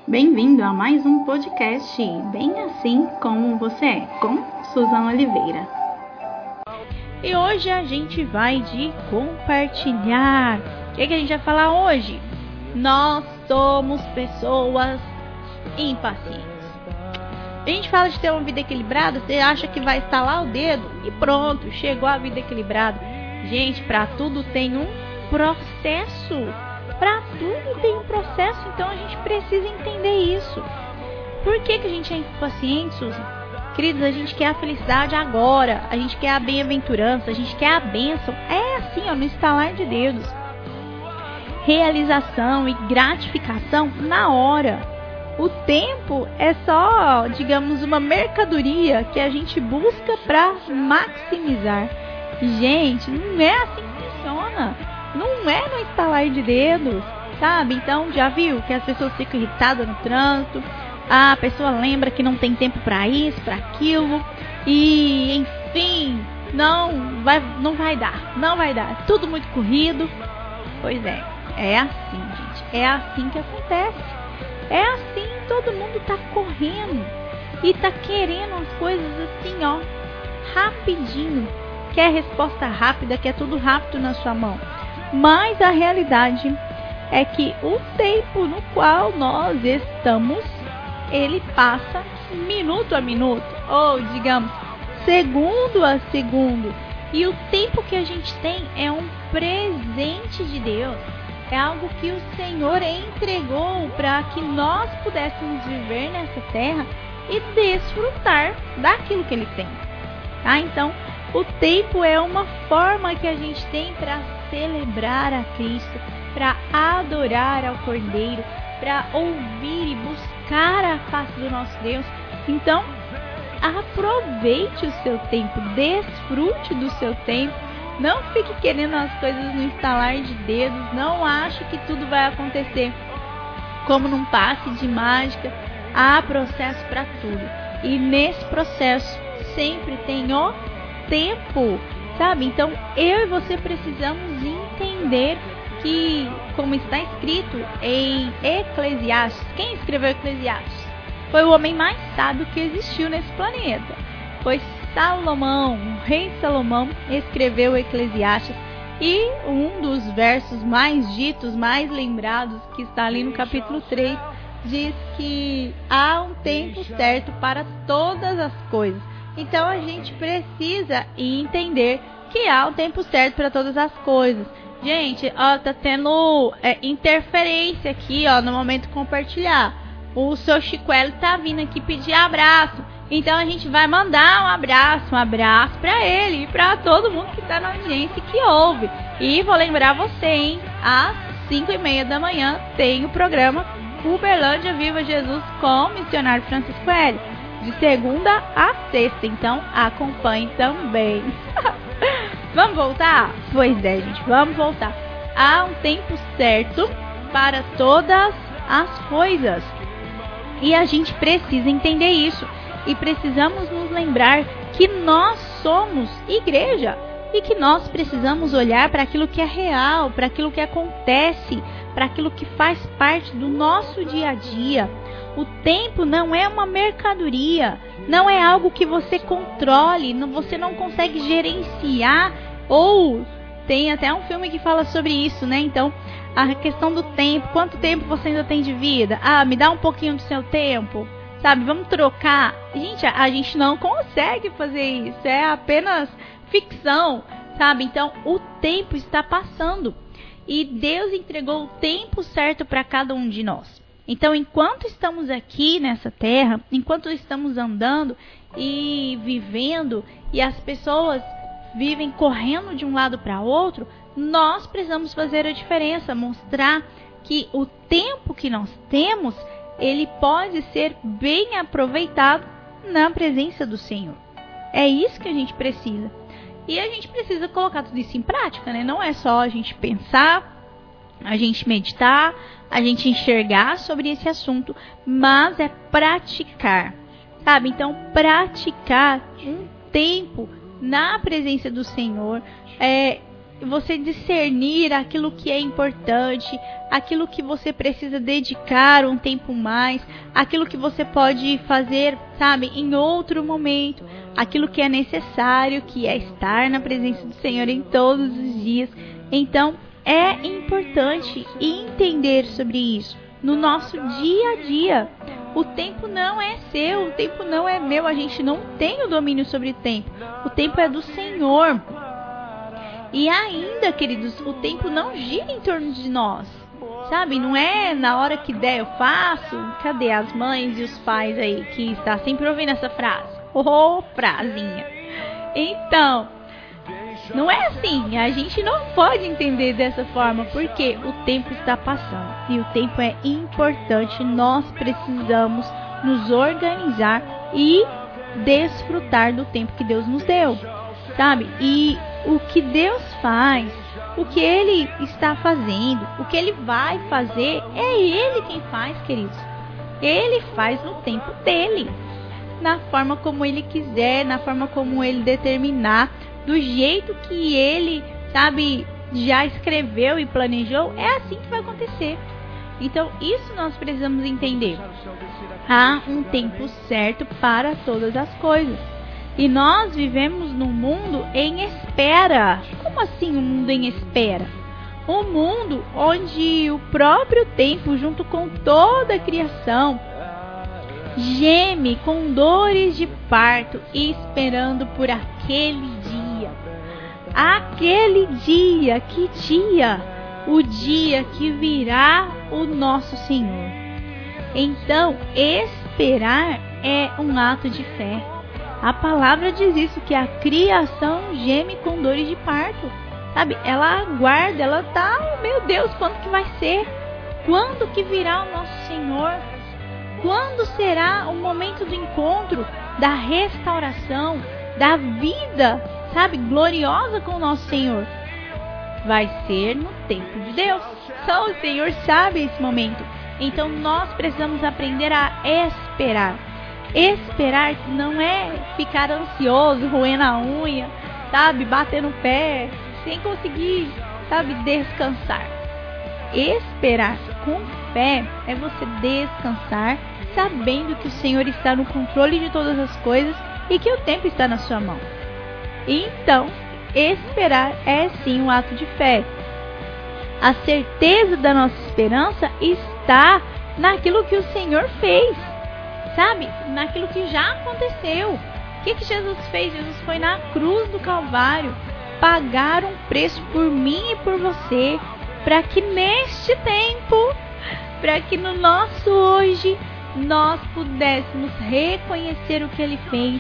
Bem-vindo a mais um podcast, bem assim como você é, com Suzana Oliveira. E hoje a gente vai de compartilhar. O que a gente vai falar hoje? Nós somos pessoas impacientes. A gente fala de ter uma vida equilibrada, você acha que vai estalar o dedo e pronto, chegou a vida equilibrada. Gente, para tudo tem um processo. Para tudo tem um processo, então a gente precisa entender isso. Por que a gente é impaciente, Suzy? Queridos, a gente quer a felicidade agora, a gente quer a bem-aventurança, a gente quer a bênção. É assim, no estalar de dedos. Realização e gratificação na hora. O tempo é só, digamos, uma mercadoria que a gente busca para maximizar. Gente, não é assim que funciona. Não é no estalar de dedos, sabe? Então, já viu que as pessoas ficam irritadas no trânsito, a pessoa lembra que não tem tempo para isso, para aquilo, e, enfim, não vai dar. Tudo muito corrido. Pois é assim, gente. É assim que acontece. É assim, todo mundo tá correndo e tá querendo as coisas assim, rapidinho. Quer resposta rápida, quer tudo rápido na sua mão. Mas a realidade é que o tempo no qual nós estamos, ele passa minuto a minuto, ou digamos, segundo a segundo. E o tempo que a gente tem é um presente de Deus. É algo que o Senhor entregou para que nós pudéssemos viver nessa terra e desfrutar daquilo que Ele tem. Então, o tempo é uma forma que a gente tem para celebrar a Cristo, para adorar ao Cordeiro, para ouvir e buscar a face do nosso Deus. Então, aproveite o seu tempo, desfrute do seu tempo. Não fique querendo as coisas no estalar de dedos. Não ache que tudo vai acontecer como num passe de mágica. Há processo para tudo. E nesse processo sempre tem o tempo, sabe? Então eu e você precisamos entender que, como está escrito em Eclesiastes, quem escreveu Eclesiastes? Foi o homem mais sábio que existiu nesse planeta. Foi Salomão, o rei Salomão escreveu Eclesiastes, e um dos versos mais ditos, mais lembrados, que está ali no capítulo 3, diz que há um tempo certo para todas as coisas. Então a gente precisa entender que há um tempo certo para todas as coisas. Gente, tá tendo interferência aqui, no momento de compartilhar. O seu Chicuelo tá vindo aqui pedir abraço. Então a gente vai mandar um abraço para ele e para todo mundo que tá na audiência e que ouve. E vou lembrar você, hein? Às 5h30 da manhã tem o programa Uberlândia Viva Jesus com o missionário Francisco Hélio. De segunda a sexta, então acompanhe também. Vamos voltar? Pois é, gente, vamos voltar. Há um tempo certo para todas as coisas. E a gente precisa entender isso. E precisamos nos lembrar que nós somos igreja. E que nós precisamos olhar para aquilo que é real, para aquilo que acontece, para aquilo que faz parte do nosso dia a dia. O tempo não é uma mercadoria, não é algo que você controle, você não consegue gerenciar, ou tem até um filme que fala sobre isso, né? Então, a questão do tempo, quanto tempo você ainda tem de vida? Me dá um pouquinho do seu tempo, sabe? Vamos trocar. Gente, a gente não consegue fazer isso, é apenas ficção, sabe? Então, o tempo está passando e Deus entregou o tempo certo para cada um de nós. Então, enquanto estamos aqui nessa terra, enquanto estamos andando e vivendo, e as pessoas vivem correndo de um lado para outro, nós precisamos fazer a diferença, mostrar que o tempo que nós temos, ele pode ser bem aproveitado na presença do Senhor. É isso que a gente precisa. E a gente precisa colocar tudo isso em prática, né? Não é só a gente pensar, a gente meditar, a gente enxergar sobre esse assunto, mas é praticar, sabe? Então, praticar um tempo na presença do Senhor, você discernir aquilo que é importante, aquilo que você precisa dedicar um tempo mais, aquilo que você pode fazer, sabe, em outro momento, aquilo que é necessário, que é estar na presença do Senhor em todos os dias. Então, é importante entender sobre isso no nosso dia a dia. O tempo não é seu, o tempo não é meu, a gente não tem o domínio sobre o tempo. O tempo é do Senhor. E ainda, queridos, o tempo não gira em torno de nós, sabe? Não é na hora que der eu faço. Cadê as mães e os pais aí que está sempre ouvindo essa frase? Oh, frasinha. Então, não é assim. A gente não pode entender dessa forma, porque o tempo está passando. E o tempo é importante. Nós precisamos nos organizar e desfrutar do tempo que Deus nos deu, sabe? E o que Deus faz, o que Ele está fazendo, o que Ele vai fazer, é Ele quem faz, queridos. Ele faz no tempo dele, na forma como Ele quiser, na forma como Ele determinar, do jeito que Ele, sabe, já escreveu e planejou. É assim que vai acontecer. Então, isso nós precisamos entender. Há um tempo certo para todas as coisas. E nós vivemos num mundo em espera. Como assim um mundo em espera? Um mundo onde o próprio tempo, junto com toda a criação, geme com dores de parto, esperando por aquele dia. Aquele dia, que dia? O dia que virá o nosso Senhor. Então, esperar é um ato de fé. A palavra diz isso, que a criação geme com dores de parto. Sabe? Ela aguarda, ela tá, meu Deus, quando que vai ser? Quando que virá o nosso Senhor? Quando será o momento do encontro, da restauração, da vida, sabe, gloriosa com o nosso Senhor? Vai ser no tempo de Deus. Só o Senhor sabe esse momento. Então nós precisamos aprender a esperar. Esperar não é ficar ansioso, roendo a unha, sabe, bater no pé, sem conseguir, sabe, descansar. Esperar com fé é você descansar, sabendo que o Senhor está no controle de todas as coisas e que o tempo está na sua mão. Então, esperar é sim um ato de fé. A certeza da nossa esperança está naquilo que o Senhor fez, sabe? Naquilo que já aconteceu. O que Jesus fez? Jesus foi na cruz do Calvário pagar um preço por mim e por você, para que neste tempo, para que no nosso hoje, nós pudéssemos reconhecer o que Ele fez,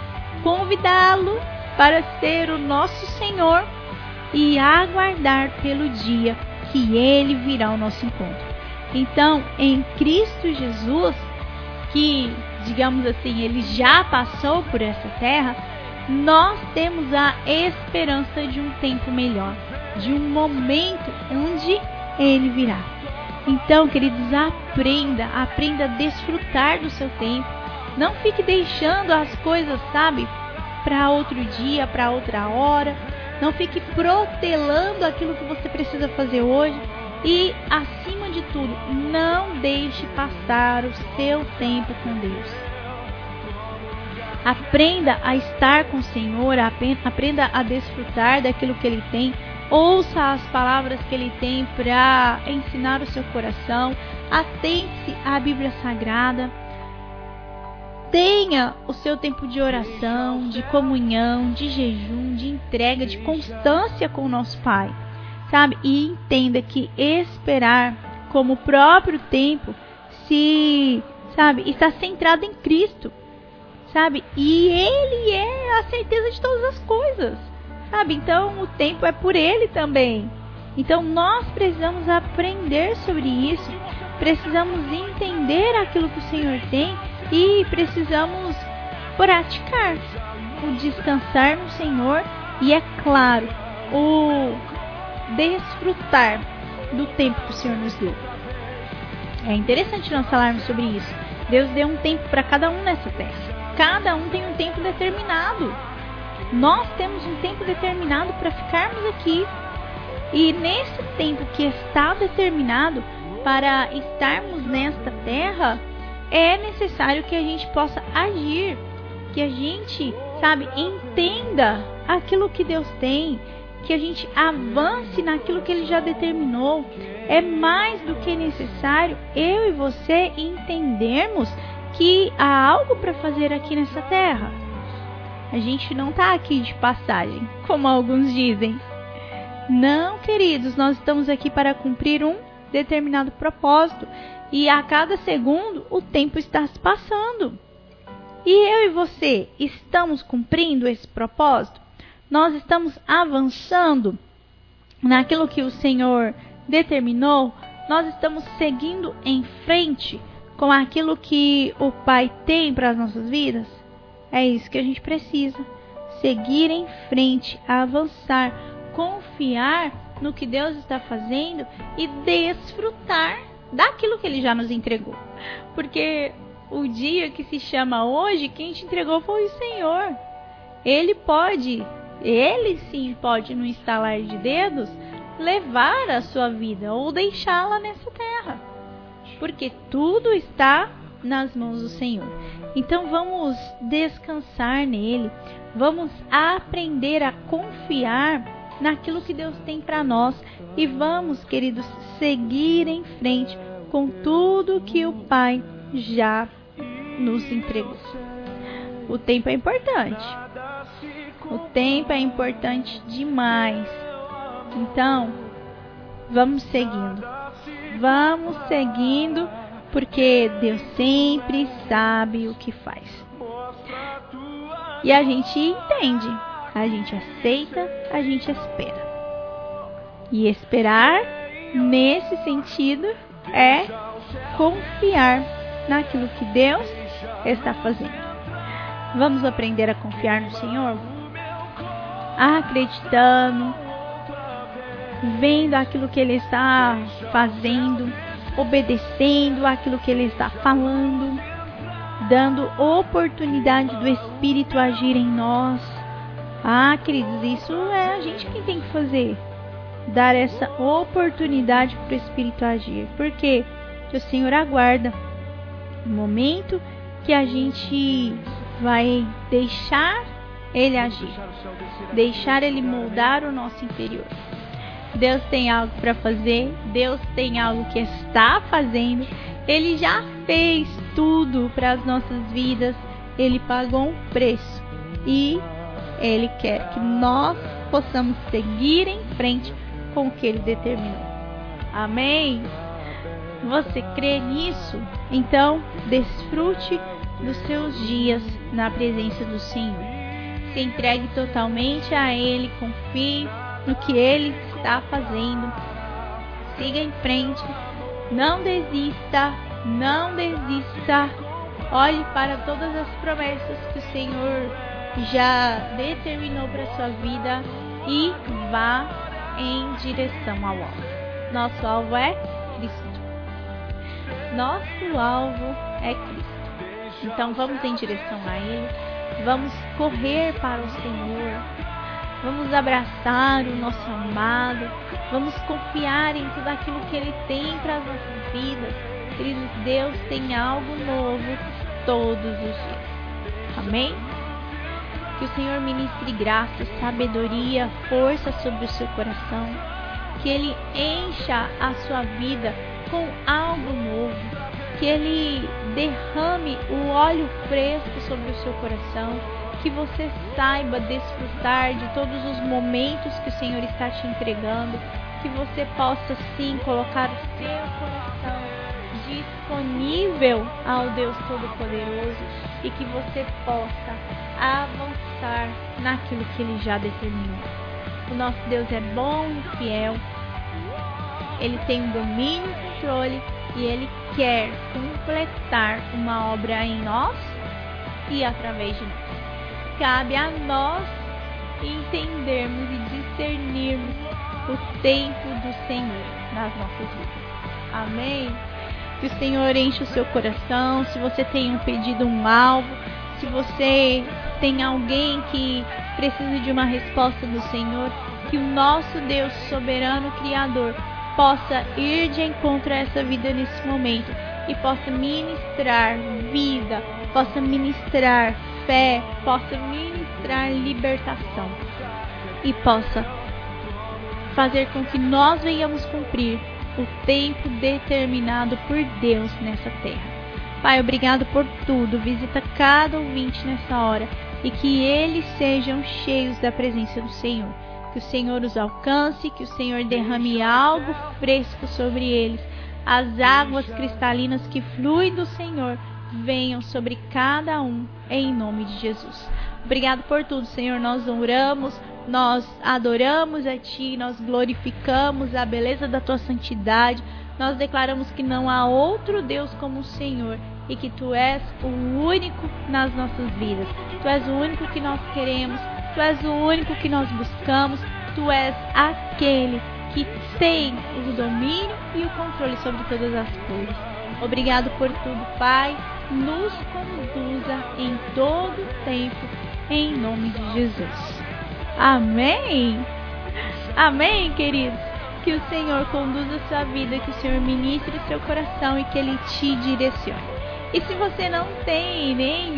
convidá-lo para ser o nosso Senhor e aguardar pelo dia que Ele virá ao nosso encontro. Então, em Cristo Jesus, que, digamos assim, Ele já passou por essa terra, nós temos a esperança de um tempo melhor, de um momento onde Ele virá. Então, queridos, aprenda a desfrutar do seu tempo. Não fique deixando as coisas, sabe, para outro dia, para outra hora. Não fique protelando aquilo que você precisa fazer hoje. E, acima de tudo, não deixe passar o seu tempo com Deus. Aprenda a estar com o Senhor, aprenda a desfrutar daquilo que Ele tem. Ouça as palavras que Ele tem para ensinar o seu coração. Atente-se à Bíblia Sagrada. Tenha o seu tempo de oração, de comunhão, de jejum, de entrega, de constância com o nosso Pai, sabe? E entenda que esperar como o próprio tempo está centrado em Cristo, sabe? E Ele é a certeza de todas as coisas, sabe? Então o tempo é por Ele também. Então nós precisamos aprender sobre isso, precisamos entender aquilo que o Senhor tem e precisamos praticar o descansar no Senhor e, é claro, o desfrutar do tempo que o Senhor nos deu. É interessante nós falarmos sobre isso. Deus deu um tempo para cada um nessa terra. Cada um tem um tempo determinado. Nós temos um tempo determinado para ficarmos aqui, E nesse tempo que está determinado para estarmos nesta terra, é necessário que a gente possa agir, que a gente, entenda aquilo que Deus tem, que a gente avance naquilo que Ele já determinou. É mais do que necessário eu e você entendermos que há algo para fazer aqui nessa terra. A gente não está aqui de passagem, como alguns dizem. Não, queridos, nós estamos aqui para cumprir um determinado propósito. E a cada segundo o tempo está se passando. E eu e você estamos cumprindo esse propósito? Nós estamos avançando naquilo que o Senhor determinou? Nós estamos seguindo em frente com aquilo que o Pai tem para as nossas vidas? É isso que a gente precisa. Seguir em frente, avançar, confiar no que Deus está fazendo e desfrutar daquilo que Ele já nos entregou. Porque o dia que se chama hoje, quem te entregou foi o Senhor. Ele sim pode, no estalar de dedos, levar a sua vida ou deixá-la nessa terra. Porque tudo está nas mãos do Senhor. Então vamos descansar nele. Vamos aprender a confiar naquilo que Deus tem para nós. E vamos, queridos, seguir em frente com tudo que o Pai já nos entregou. O tempo é importante. O tempo é importante demais. Então, vamos seguindo. Vamos seguindo, porque Deus sempre sabe o que faz. E a gente entende, a gente aceita, a gente espera. E esperar, nesse sentido, é confiar naquilo que Deus está fazendo. Vamos aprender a confiar no Senhor? Acreditando, vendo aquilo que Ele está fazendo, obedecendo aquilo que Ele está falando, dando oportunidade do Espírito agir em nós. Queridos, isso é a gente quem tem que fazer. Dar essa oportunidade para o Espírito agir. Porque o Senhor aguarda o momento que a gente vai deixar Ele agir, deixar Ele moldar o nosso interior. Deus tem algo para fazer, Deus tem algo que está fazendo. Ele já fez tudo para as nossas vidas. Ele pagou um preço e Ele quer que nós possamos seguir em frente com o que Ele determinou. Amém? Você crê nisso? Então, desfrute dos seus dias na presença do Senhor. Se entregue totalmente a Ele, confie no que Ele está fazendo. Siga em frente. Não desista. Não desista. Olhe para todas as promessas que o Senhor já determinou para a sua vida e vá em direção ao alvo. Nosso alvo é Cristo. Nosso alvo é Cristo. Então vamos em direção a Ele. Vamos correr para o Senhor. Vamos abraçar o nosso amado. Vamos confiar em tudo aquilo que Ele tem para as nossas vidas. Queridos, Deus tem algo novo todos os dias. Amém? Que o Senhor ministre graça, sabedoria, força sobre o seu coração. Que Ele encha a sua vida com algo novo. Que Ele derrame o óleo fresco sobre o seu coração. Que você saiba desfrutar de todos os momentos que o Senhor está te entregando. Que você possa sim colocar o seu coração disponível ao Deus Todo-Poderoso. E que você possa avançar naquilo que Ele já determinou. O nosso Deus é bom e fiel. Ele tem um domínio e controle. E Ele quer completar uma obra em nós e através de nós. Cabe a nós entendermos e discernirmos o tempo do Senhor nas nossas vidas. Amém? Que o Senhor enche o seu coração. Se você tem um pedido, um alvo, se você tem alguém que precisa de uma resposta do Senhor, que o nosso Deus soberano Criador possa ir de encontro a essa vida nesse momento e possa ministrar vida, possa ministrar fé, possa ministrar libertação e possa fazer com que nós venhamos cumprir o tempo determinado por Deus nessa terra. Pai, obrigado por tudo. Visita cada ouvinte nessa hora e que eles sejam cheios da presença do Senhor. Que o Senhor os alcance, que o Senhor derrame algo fresco sobre eles. As águas cristalinas que fluem do Senhor venham sobre cada um, em nome de Jesus. Obrigado por tudo, Senhor. Nós oramos, nós adoramos a Ti, nós glorificamos a beleza da Tua santidade. Nós declaramos que não há outro Deus como o Senhor e que Tu és o único nas nossas vidas. Tu és o único que nós queremos, Tu és o único que nós buscamos, Tu és aquele que tem o domínio e o controle sobre todas as coisas. Obrigado por tudo, Pai. Nos conduza em todo o tempo, em nome de Jesus. Amém? Amém, queridos? Que o Senhor conduza a sua vida, que o Senhor ministre o seu coração e que Ele te direcione. E se você não tem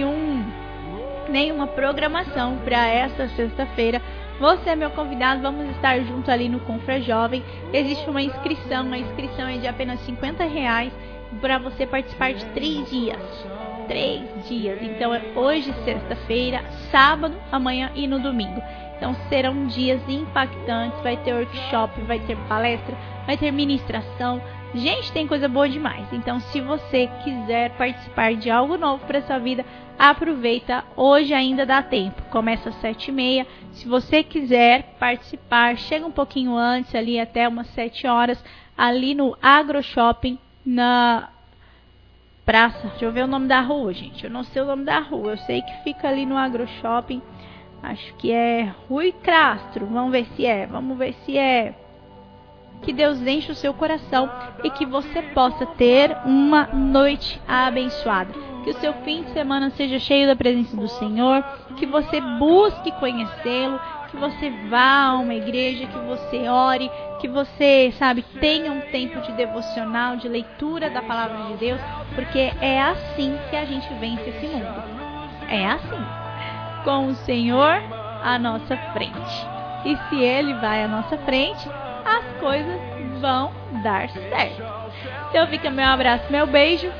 nenhuma programação para esta sexta-feira, você é meu convidado, vamos estar junto ali no Confra Jovem. Existe uma inscrição, é de apenas R$50 para você participar de 3 dias. 3 dias, então é hoje, sexta-feira, sábado, amanhã e no domingo. Então serão dias impactantes, vai ter workshop, vai ter palestra, vai ter ministração. Gente, tem coisa boa demais. Então se você quiser participar de algo novo para sua vida, aproveita, hoje ainda dá tempo. Começa às 7h30. Se você quiser participar, chega um pouquinho antes, ali até umas 7 horas, ali no Agro Shopping, na praça. Deixa eu ver o nome da rua, gente. Eu não sei o nome da rua. Eu sei que fica ali no Agro Shopping. Acho que é Rui Castro. Vamos ver se é. Que Deus enche o seu coração e que você possa ter uma noite abençoada. Que o seu fim de semana seja cheio da presença do Senhor. Que você busque conhecê-lo. Que você vá a uma igreja, que você ore, que você, tenha um tempo de devocional, de leitura da palavra de Deus, porque é assim que a gente vence esse mundo. É assim, com o Senhor à nossa frente. E se Ele vai à nossa frente, as coisas vão dar certo. Então fica meu abraço, meu beijo